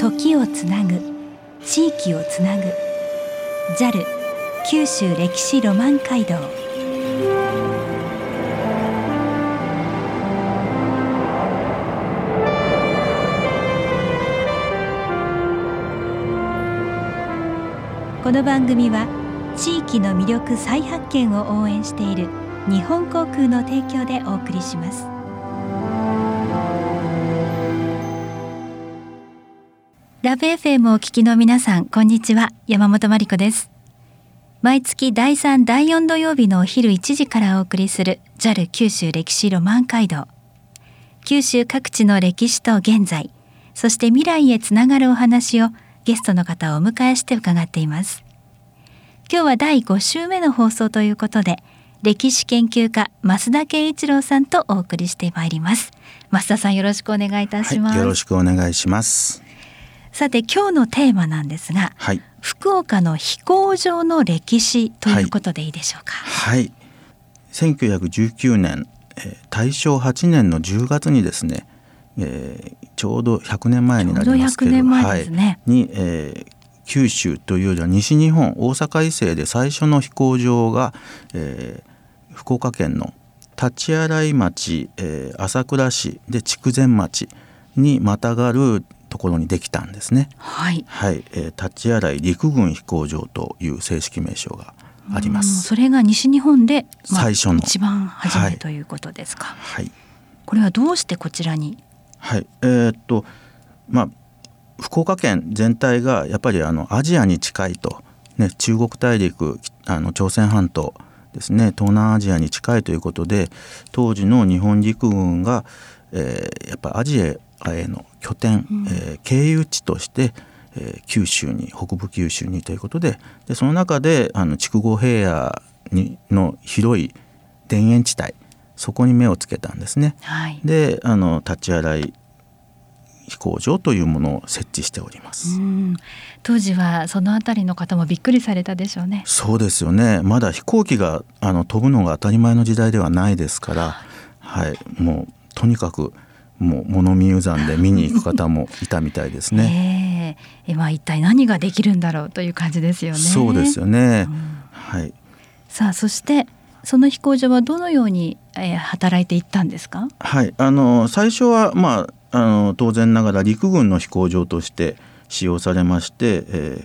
時をつなぐ、地域をつなぐ JAL 九州歴史ロマン街道。この番組は地域の魅力再発見を応援している日本航空の提供でお送りします。ラブ FM をお聞きの皆さん、こんにちは。山本真理子です。毎月第3第4土曜日のお昼1時からお送りする JAL 九州歴史ロマン街道。九州各地の歴史と現在、そして未来へつながるお話をゲストの方をお迎えして伺っています。今日は第5週目の放送ということで、歴史研究家増田圭一郎さんとお送りしてまいります。増田さん、よろしくお願いいたします。 よろしくお願いします。 さて、今日のテーマなんですが、福岡の飛行場の歴史ということでいいでしょうか。 1919年、大正8年の10月にですね、ちょうど100年前になりますけど、 ちょうど100年前ですね。 に、九州というよりは西日本、大阪以西で最初の飛行場が、福岡県の立洗町、朝倉市で筑前町にまたがるところにできたんですね。立洗陸軍飛行場という正式名称があります。 それが西日本で、 最初の一番初めということですか。これはどうしてこちらに。 福岡県全体がやっぱりアジアに近いと、中国大陸、朝鮮半島ですね、東南アジアに近いということで、当時の日本陸軍が、やっぱりアジアへの拠点、経由地として、九州に、北部九州にということで、その中で筑後平野の広い田園地帯、そこに目をつけたんですね。で、立洗飛行場というものを設置しております。 当時はそのあたりの方もびっくりされたでしょうね。 そうですよね。まだ飛行機が飛ぶのが当たり前の時代ではないですから、もうとにかくもう物見遊山で見に行く方もいたみたいですね。 一体何ができるんだろうという感じですよね。 そうですよね。 さあ、そしてその飛行場はどのように、働いていったんですか。 最初は当然ながら陸軍の飛行場として使用されまして、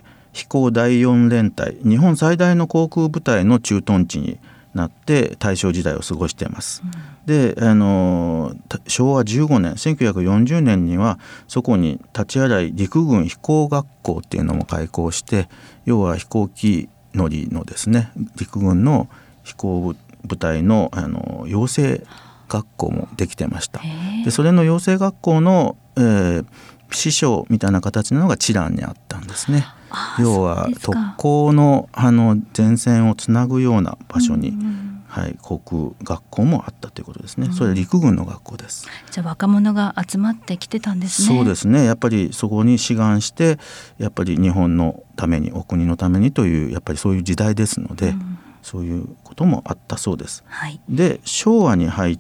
飛行第4連隊、日本最大の航空部隊の駐屯地になって大正時代を過ごしています。で、昭和15年1940年にはそこに立洗陸軍飛行学校っていうのも開校して、要は飛行機乗りのですね、陸軍の飛行部隊の、養成学校もできてました。で、それの養成学校の、師匠みたいな形なのが知覧にあったんですね。要は特攻の前線をつなぐような場所に、航空学校もあったということですね。それは陸軍の学校です。 じゃあ若者が集まってきてたんですね。 そうですね。やっぱりそこに志願して、やっぱり日本のために、お国のためにという、やっぱりそういう時代ですので、そういうこともあったそうです。で、昭和に入って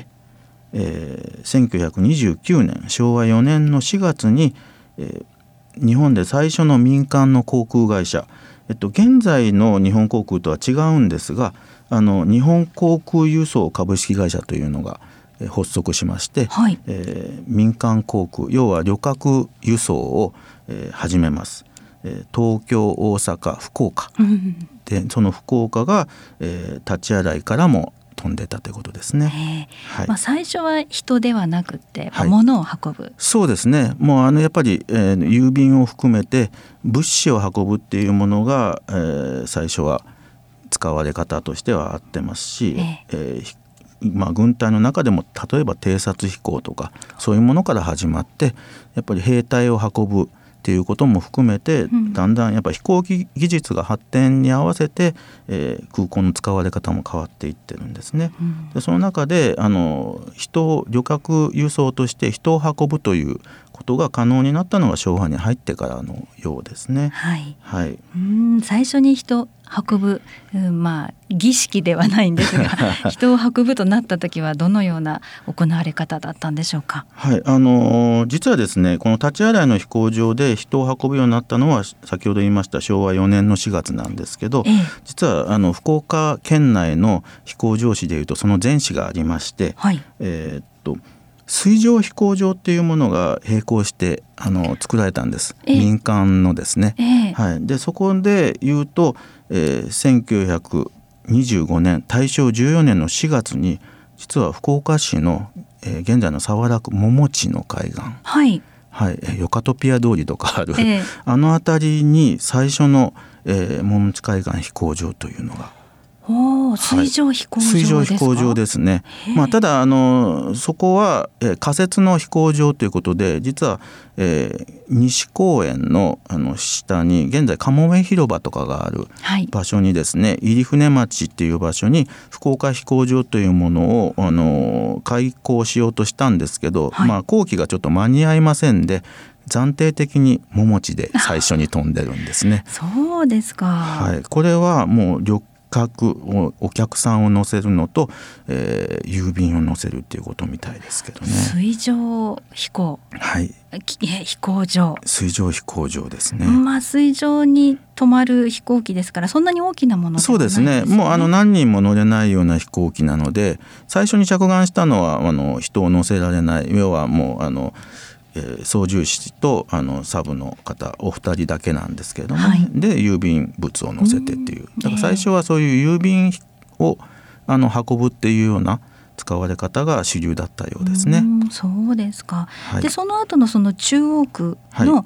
、1929年昭和4年の4月に、日本で最初の民間の航空会社、現在の日本航空とは違うんですが、日本航空輸送株式会社というのが発足しまして、民間航空、要は旅客輸送を、始めます。東京、大阪、福岡、でその福岡が、立洗からも飛んでたということですね。 最初は人ではなくて、物を運ぶ。 そうですね。もうやっぱり、郵便を含めて物資を運ぶっていうものが、最初は使われ方としてはあってますし、軍隊の中でも例えば偵察飛行とかそういうものから始まって、やっぱり兵隊を運ぶっていうことも含めて、だんだんやっぱり飛行機技術が発展に合わせて、空港の使われ方も変わっていってるんですね。でその中で旅客輸送として人を運ぶというこことが可能になったのが昭和に入ってからのようですね。 はいはい、 最初に人運ぶ、儀式ではないんですが人を運ぶとなった時はどのような行われ方だったんでしょうか。 はい、実はですね、この立ち洗いの飛行場で人を運ぶようになったのは先ほど言いました昭和4年の4月なんですけど、実は福岡県内の飛行場史でいうとその前史がありまして、 はい、 水上飛行場っていうものが並行して作られたんです。民間のですね、はい、でそこで言うと、1925年大正14年の4月に実は福岡市の、現在の早良区桃地の海岸、 はいはい、ヨカトピア通りとかある、あの辺りに最初の、桃地海岸飛行場というのが水上飛行場ですか。 水上飛行場ですね。ただそこは、仮設の飛行場ということで実は、西公園の下に現在かもめ広場とかがある場所にですね、入船町っていう場所に福岡飛行場というものを開港しようとしたんですけど、工期がちょっと間に合いませんで暫定的に桃地で最初に飛んでるんですね。 そうですか。 はい、これはもうお客さんを乗せるのと、郵便を乗せるっていうことみたいですけどね。 水上飛行、 はい、 飛行場、 水上飛行場ですね。 水上に止まる飛行機ですからそんなに大きなものではないですね。 そうですね。もう何人も乗れないような飛行機なので最初に着岸したのは人を乗せられない、要はもう操縦士とサブの方お二人だけなんですけれども、で郵便物を乗せてっていう、だから最初はそういう郵便を運ぶっていうような使われ方が主流だったようですね。 そうですか。でその後のその中央区の、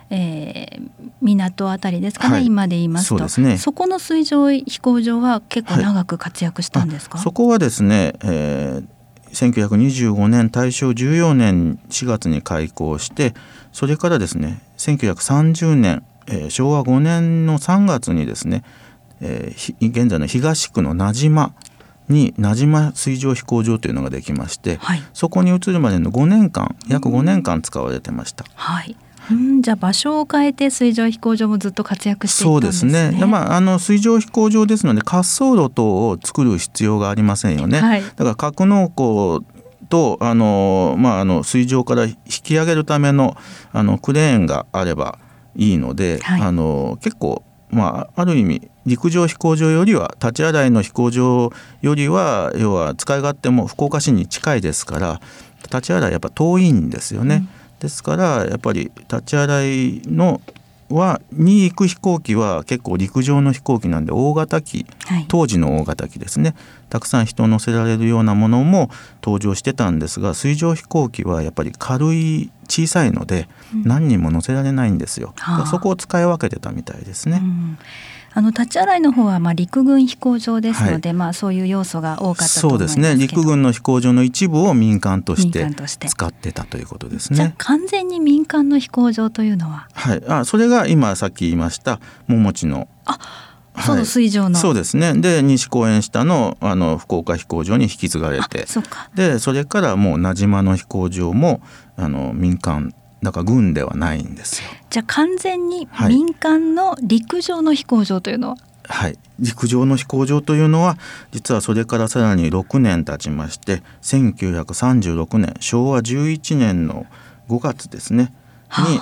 港あたりですかね、今で言いますと。そうですね。そこの水上飛行場は結構長く活躍したんですか。 そこはですね、1925年大正14年4月に開港してそれからですね1930年、昭和5年の3月にですね、現在の東区の名島に名島水上飛行場というのができまして、そこに移るまでの5年間約5年間使われてました。 じゃあ場所を変えて水上飛行場もずっと活躍していたんですね。 そうですね。水上飛行場ですので滑走路等を作る必要がありませんよね。だから格納庫と水上から引き上げるためのクレーンがあればいいので、結構ある意味陸上飛行場よりは立ち洗いの飛行場よりは要は使い勝手も福岡市に近いですから立ち洗いやっぱ遠いんですよね。ですからやっぱり立ち洗いに行く飛行機は結構陸上の飛行機なんで大型機、当時の大型機ですね、たくさん人を乗せられるようなものも登場してたんですが水上飛行機はやっぱり軽い小さいので何人も乗せられないんですよ。そこを使い分けてたみたいですね。 立ち洗いの方は陸軍飛行場ですので、そういう要素が多かったと思いますけど。そうですね。陸軍の飛行場の一部を民間として使ってたということですね。じゃあ完全に民間の飛行場というのは、 それが今さっき言いました桃地のその水上の、 そうですね。で西公園下の福岡飛行場に引き継がれて、でそれからもう名島の飛行場も民間だから軍ではないんですよ。 じゃあ完全に民間の陸上の飛行場というのは、 陸上の飛行場というのは実はそれからさらに6年経ちまして1936年昭和11年の5月ですねに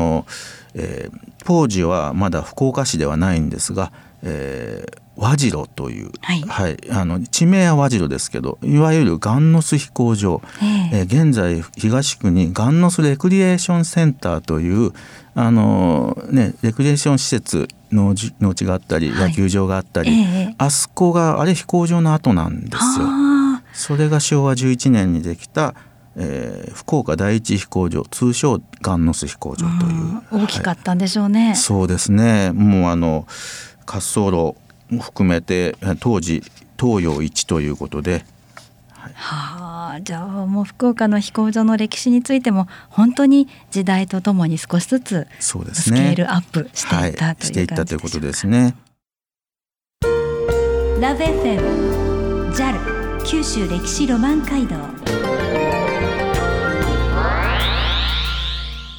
当時はまだ福岡市ではないんですが、和白という、地名は和白ですけどいわゆるガンノス飛行場、現在東区にガンノスレクリエーションセンターというレクリエーション施設農地があったり野球場があったり、あそこが飛行場の跡なんですよ。それが昭和11年にできた福岡第一飛行場通称ガンノス飛行場という、 大きかったんでしょうね。 そうですね。もう滑走路も含めて当時東洋一ということで、 じゃあもう福岡の飛行場の歴史についても本当に時代とともに少しずつスケールアップしていったという感じでしょうか。 ということですね。 ラブ FM JAL 九州歴史ロマン街道。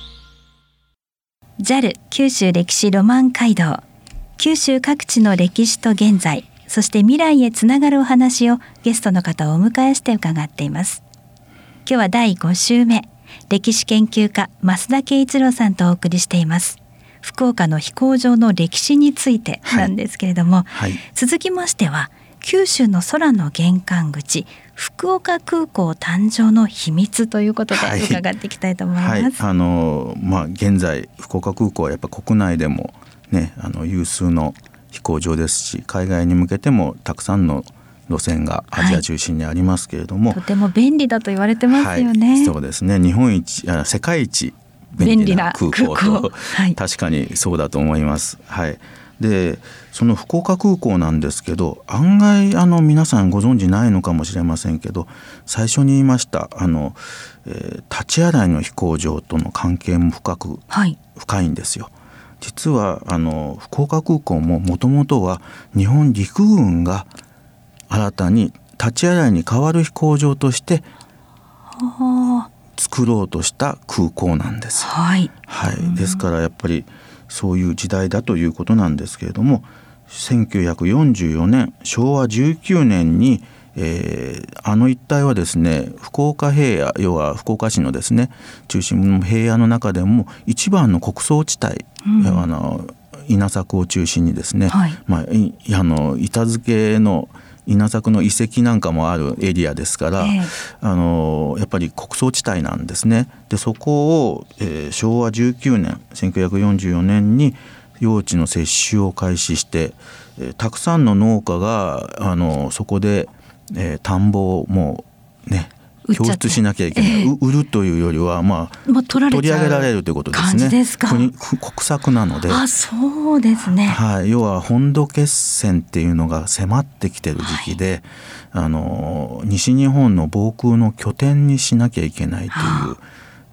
JAL 九州歴史ロマン街道、九州各地の歴史と現在、そして未来へつながるお話をゲストの方をお迎えして伺っています。今日は第5週目、歴史研究家増田圭一郎さんとお送りしています。福岡の飛行場の歴史についてなんですけれども、続きましては九州の空の玄関口、福岡空港誕生の秘密ということで伺っていきたいと思います。 現在福岡空港はやっぱ国内でもね、有数の飛行場ですし、海外に向けてもたくさんの路線がアジア中心にありますけれども、 とても便利だと言われてますよね。 そうですね、世界一便利な空港と確かにそうだと思います。でその福岡空港なんですけど、案外皆さんご存知ないのかもしれませんけど、最初に言いました立ち洗いの飛行場との関係も深いんですよ。実は福岡空港ももともとは日本陸軍が新たに立ち洗いに代わる飛行場として作ろうとした空港なんです。ですからやっぱりそういう時代だということなんですけれども、1944年昭和19年に、一帯はですね、福岡平野、要は福岡市のですね中心の平野の中でも一番の穀倉地帯、稲作を中心にですね、板付けの稲作の遺跡なんかもあるエリアですから、やっぱり穀倉地帯なんですね。でそこを、昭和19年1944年に用地の接種を開始して、たくさんの農家がそこで、田んぼをもうね供出しなきゃいけない、売るというよりは、取り上げられるということですね。国策なので。 そうですね。 要は本土決戦っていうのが迫ってきてる時期で、西日本の防空の拠点にしなきゃいけないという、もう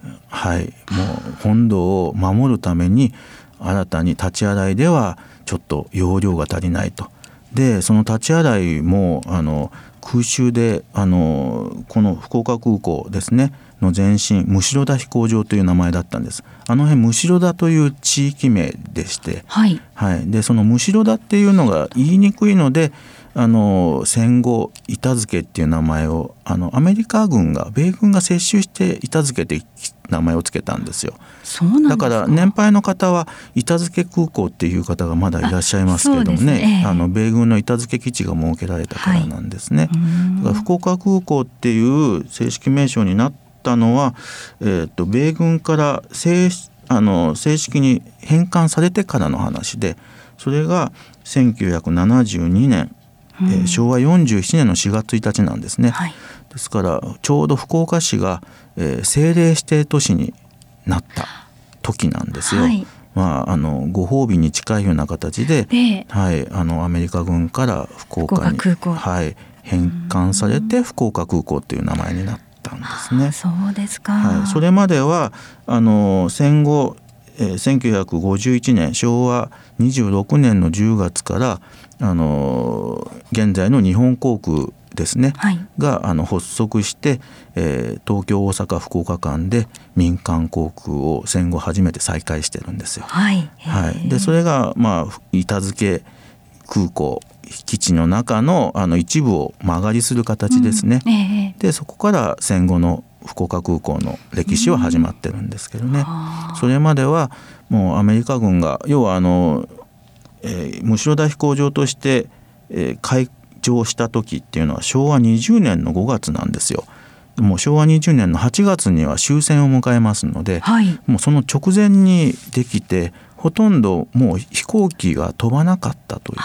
本土を守るために新たに立ち洗いではちょっと容量が足りないと。でその立ち洗いも空襲でこの福岡空港ですねの前身むしろ田飛行場という名前だったんです。辺むしろ田という地域名でして、でそのむしろ田っていうのが言いにくいので戦後板付っていう名前をアメリカ軍が米軍が接収して板付って名前をつけたんですよ。だから年配の方は板付空港っていう方がまだいらっしゃいますけれどもね、米軍の板付基地が設けられたからなんですね。だから福岡空港っていう正式名称になったのは、米軍から正式に返還されてからの話で、それが1972年昭和47年の4月1日なんですね。ですからちょうど福岡市が、政令指定都市になった時なんですよ。ご褒美に近いような形で、アメリカ軍から福岡に返還されて福岡空港っていう名前になったんですね。 そうですか。 それまでは戦後1951年昭和26年の10月から現在の日本航空ですね、が発足して、東京大阪福岡間で民間航空を戦後初めて再開してるんですよ。でそれが、板付空港基地の中の一部を間借りする形ですね。でそこから戦後の福岡空港の歴史は始まってるんですけどね。それまではもうアメリカ軍が要はむしろ田飛行場として、開場した時っていうのは昭和20年の5月なんですよ。もう昭和20年の8月には終戦を迎えますので、もうその直前にできてほとんどもう飛行機が飛ばなかったという、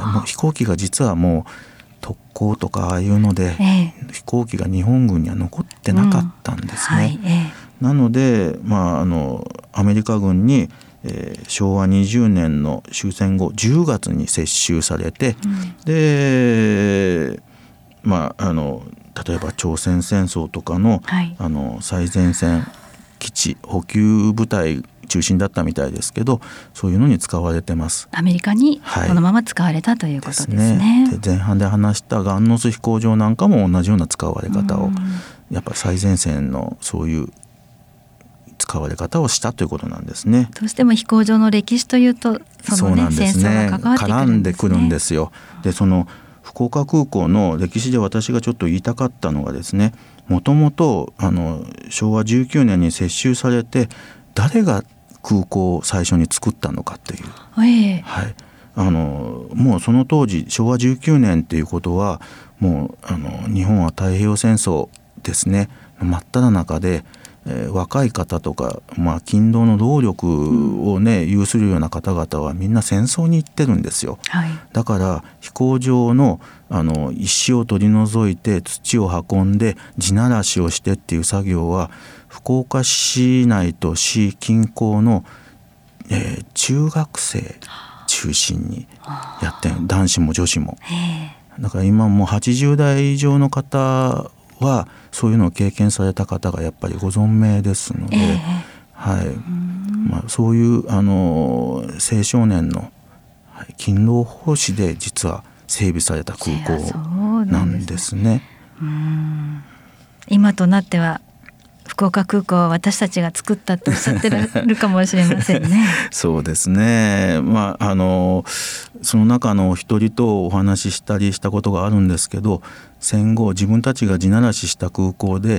もう飛行機が実はもう特攻とかああいうので、飛行機が日本軍には残ってなかったんですね。なので、アメリカ軍に昭和20年の終戦後10月に接収されて、で例えば朝鮮戦争とかの、最前線基地補給部隊中心だったみたいですけど、そういうのに使われてます。 アメリカにこのまま使われたということですね。 で前半で話したガンノス飛行場なんかも同じような使われ方を、やっぱり最前線のそういう使使われ方をしたということなんですね。 どうしても飛行場の歴史というとそうなんですね、 戦争が関わってくるんですね。 絡んでくるんですよ。でその福岡空港の歴史で私がちょっと言いたかったのがですね、もともと昭和19年に接収されて、誰が空港を最初に作ったのかっていう、はい、もうその当時昭和19年っていうことはもう日本は太平洋戦争ですね真っ只中で、若い方とか、勤労の労力をね、有するような方々はみんな戦争に行ってるんですよ、はい、だから飛行場の石を取り除いて土を運んで地ならしをしてっていう作業は福岡市内と市近郊の、中学生中心にやってる、男子も女子も。だから今もう80代以上の方はそういうのを経験された方がやっぱりご存命ですので、はい、そういう青少年の勤労奉仕で実は整備された空港なんですね。 今となっては福岡空港は私たちが作ったとおっしゃってるかもしれませんね。 そうですね、その中のお一人とお話ししたりしたことがあるんですけど、戦後自分たちが地ならしした空港で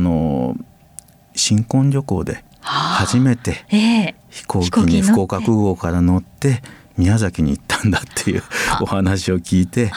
新婚旅行で初めて飛行機に福岡空港から乗って宮崎に行ったんだっていうお話を聞いて、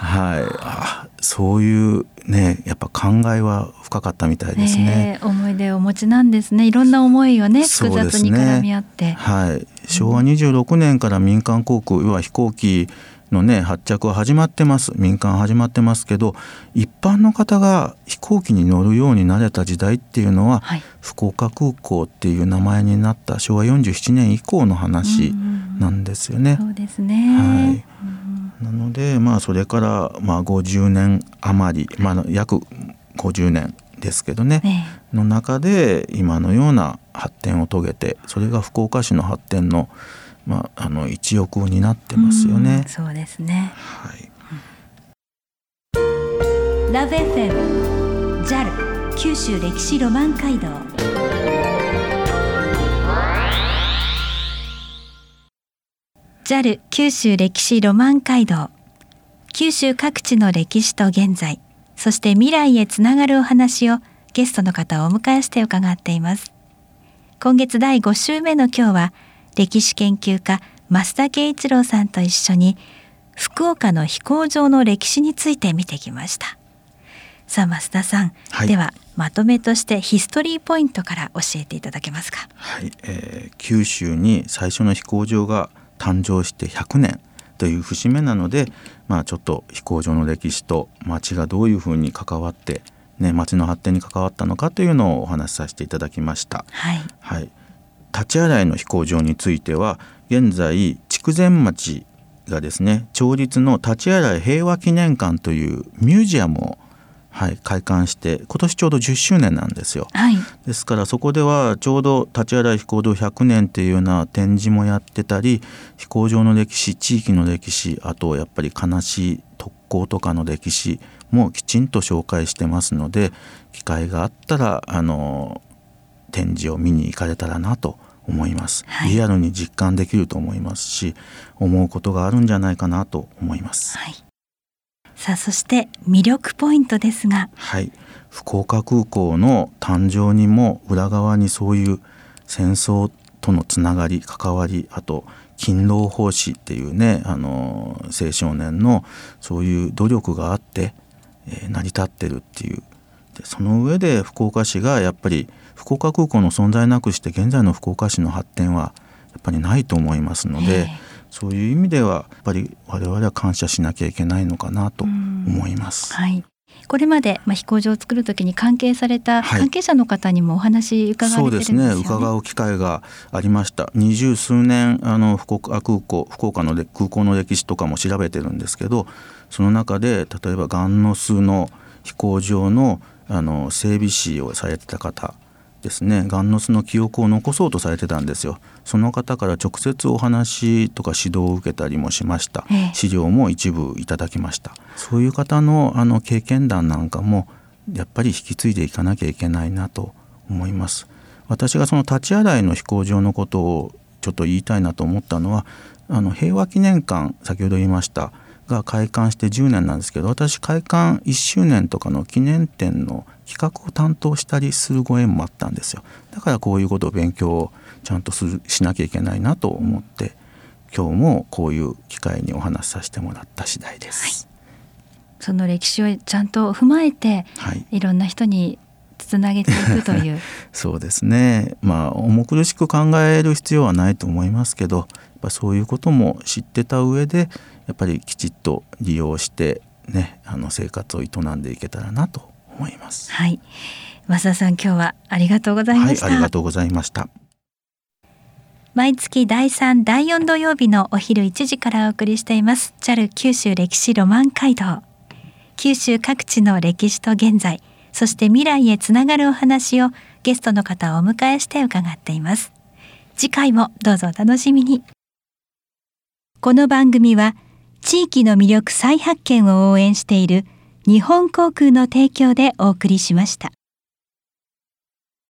そういうねやっぱ考えは深かったみたいですね。 思い出をお持ちなんですね。いろんな思いをね複雑に絡み合って、 昭和26年から民間航空、要は飛行機のね発着は始まってます。民間始まってますけど、一般の方が飛行機に乗るようになれた時代っていうのは、福岡空港っていう名前になった昭和47年以降の話なんですよね。 そうですね、 なのでそれから50年余り、約50年ですけどね、の中で今のような発展を遂げて、それが福岡市の発展の一翼になってますよね。 そうですね、ラブ FM JAL 九州歴史ロマン街道。JAL 九州歴史ロマン街道、九州各地の歴史と現在、そして未来へつながるお話をゲストの方をお迎えして伺っています。今月第5週目の今日は歴史研究家増田圭一郎さんと一緒に福岡の飛行場の歴史について見てきました。さあ増田さん、ではまとめとしてヒストリーポイントから教えていただけますか。 九州に最初の飛行場が誕生して100年という節目なので、ちょっと飛行場の歴史と町がどういうふうに関わって、町の発展に関わったのかというのをお話しさせていただきました。立洗の飛行場については現在筑前町がですね、町立の立洗平和記念館というミュージアムを開館して今年ちょうど10周年なんですよ。ですからそこではちょうど立洗飛行場100年っていうような展示もやってたり、飛行場の歴史、地域の歴史、あとやっぱり悲しい特攻とかの歴史もきちんと紹介してますので、機会があったら展示を見に行かれたらなと思います。リアルに実感できると思いますし、思うことがあるんじゃないかなと思います。 さあそして魅力ポイントですが、 福岡空港の誕生にも裏側にそういう戦争とのつながり、関わり、あと勤労奉仕っていうね、青少年のそういう努力があって、成り立ってるっていう。でその上で福岡市がやっぱり福岡空港の存在なくして現在の福岡市の発展はやっぱりないと思いますので、そういう意味ではやっぱり我々は感謝しなきゃいけないのかなと思います。 これまで飛行場を作るときに関係された関係者の方にもお話伺われてるんですよね。 そうですね、伺う機会がありました。20数年福岡の空港の歴史とかも調べてるんですけど、その中で例えばガンノスの飛行場の整備士をされてた方ですね、ガンノスの記憶を残そうとされてたんですよ。その方から直接お話とか指導を受けたりもしました。資料も一部いただきました。そういう方の経験談なんかもやっぱり引き継いでいかなきゃいけないなと思います。 私がその立ち洗いの飛行場のことをちょっと言いたいなと思ったのは、平和記念館、先ほど言いましたが開館して10年なんですけど、私開館1周年とかの記念展の企画を担当したりするご縁もあったんですよ。だからこういうことを勉強をちゃんとしなきゃいけないなと思って、今日もこういう機会にお話しさせてもらった次第です。 その歴史をちゃんと踏まえて、いろんな人につなげていくというそうですね、重苦しく考える必要はないと思いますけど、やっぱそういうことも知ってた上でやっぱりきちっと利用してね、生活を営んでいけたらなと思います。 はい、増田さん、今日はありがとうございました。 ありがとうございました。 毎月第3、第4土曜日のお昼1時からお送りしています JAL 九州歴史ロマン街道。九州各地の歴史と現在、そして未来へつながるお話をゲストの方をお迎えして伺っています。次回もどうぞお楽しみに。この番組は地域の魅力再発見を応援している日本航空の提供でお送りしました。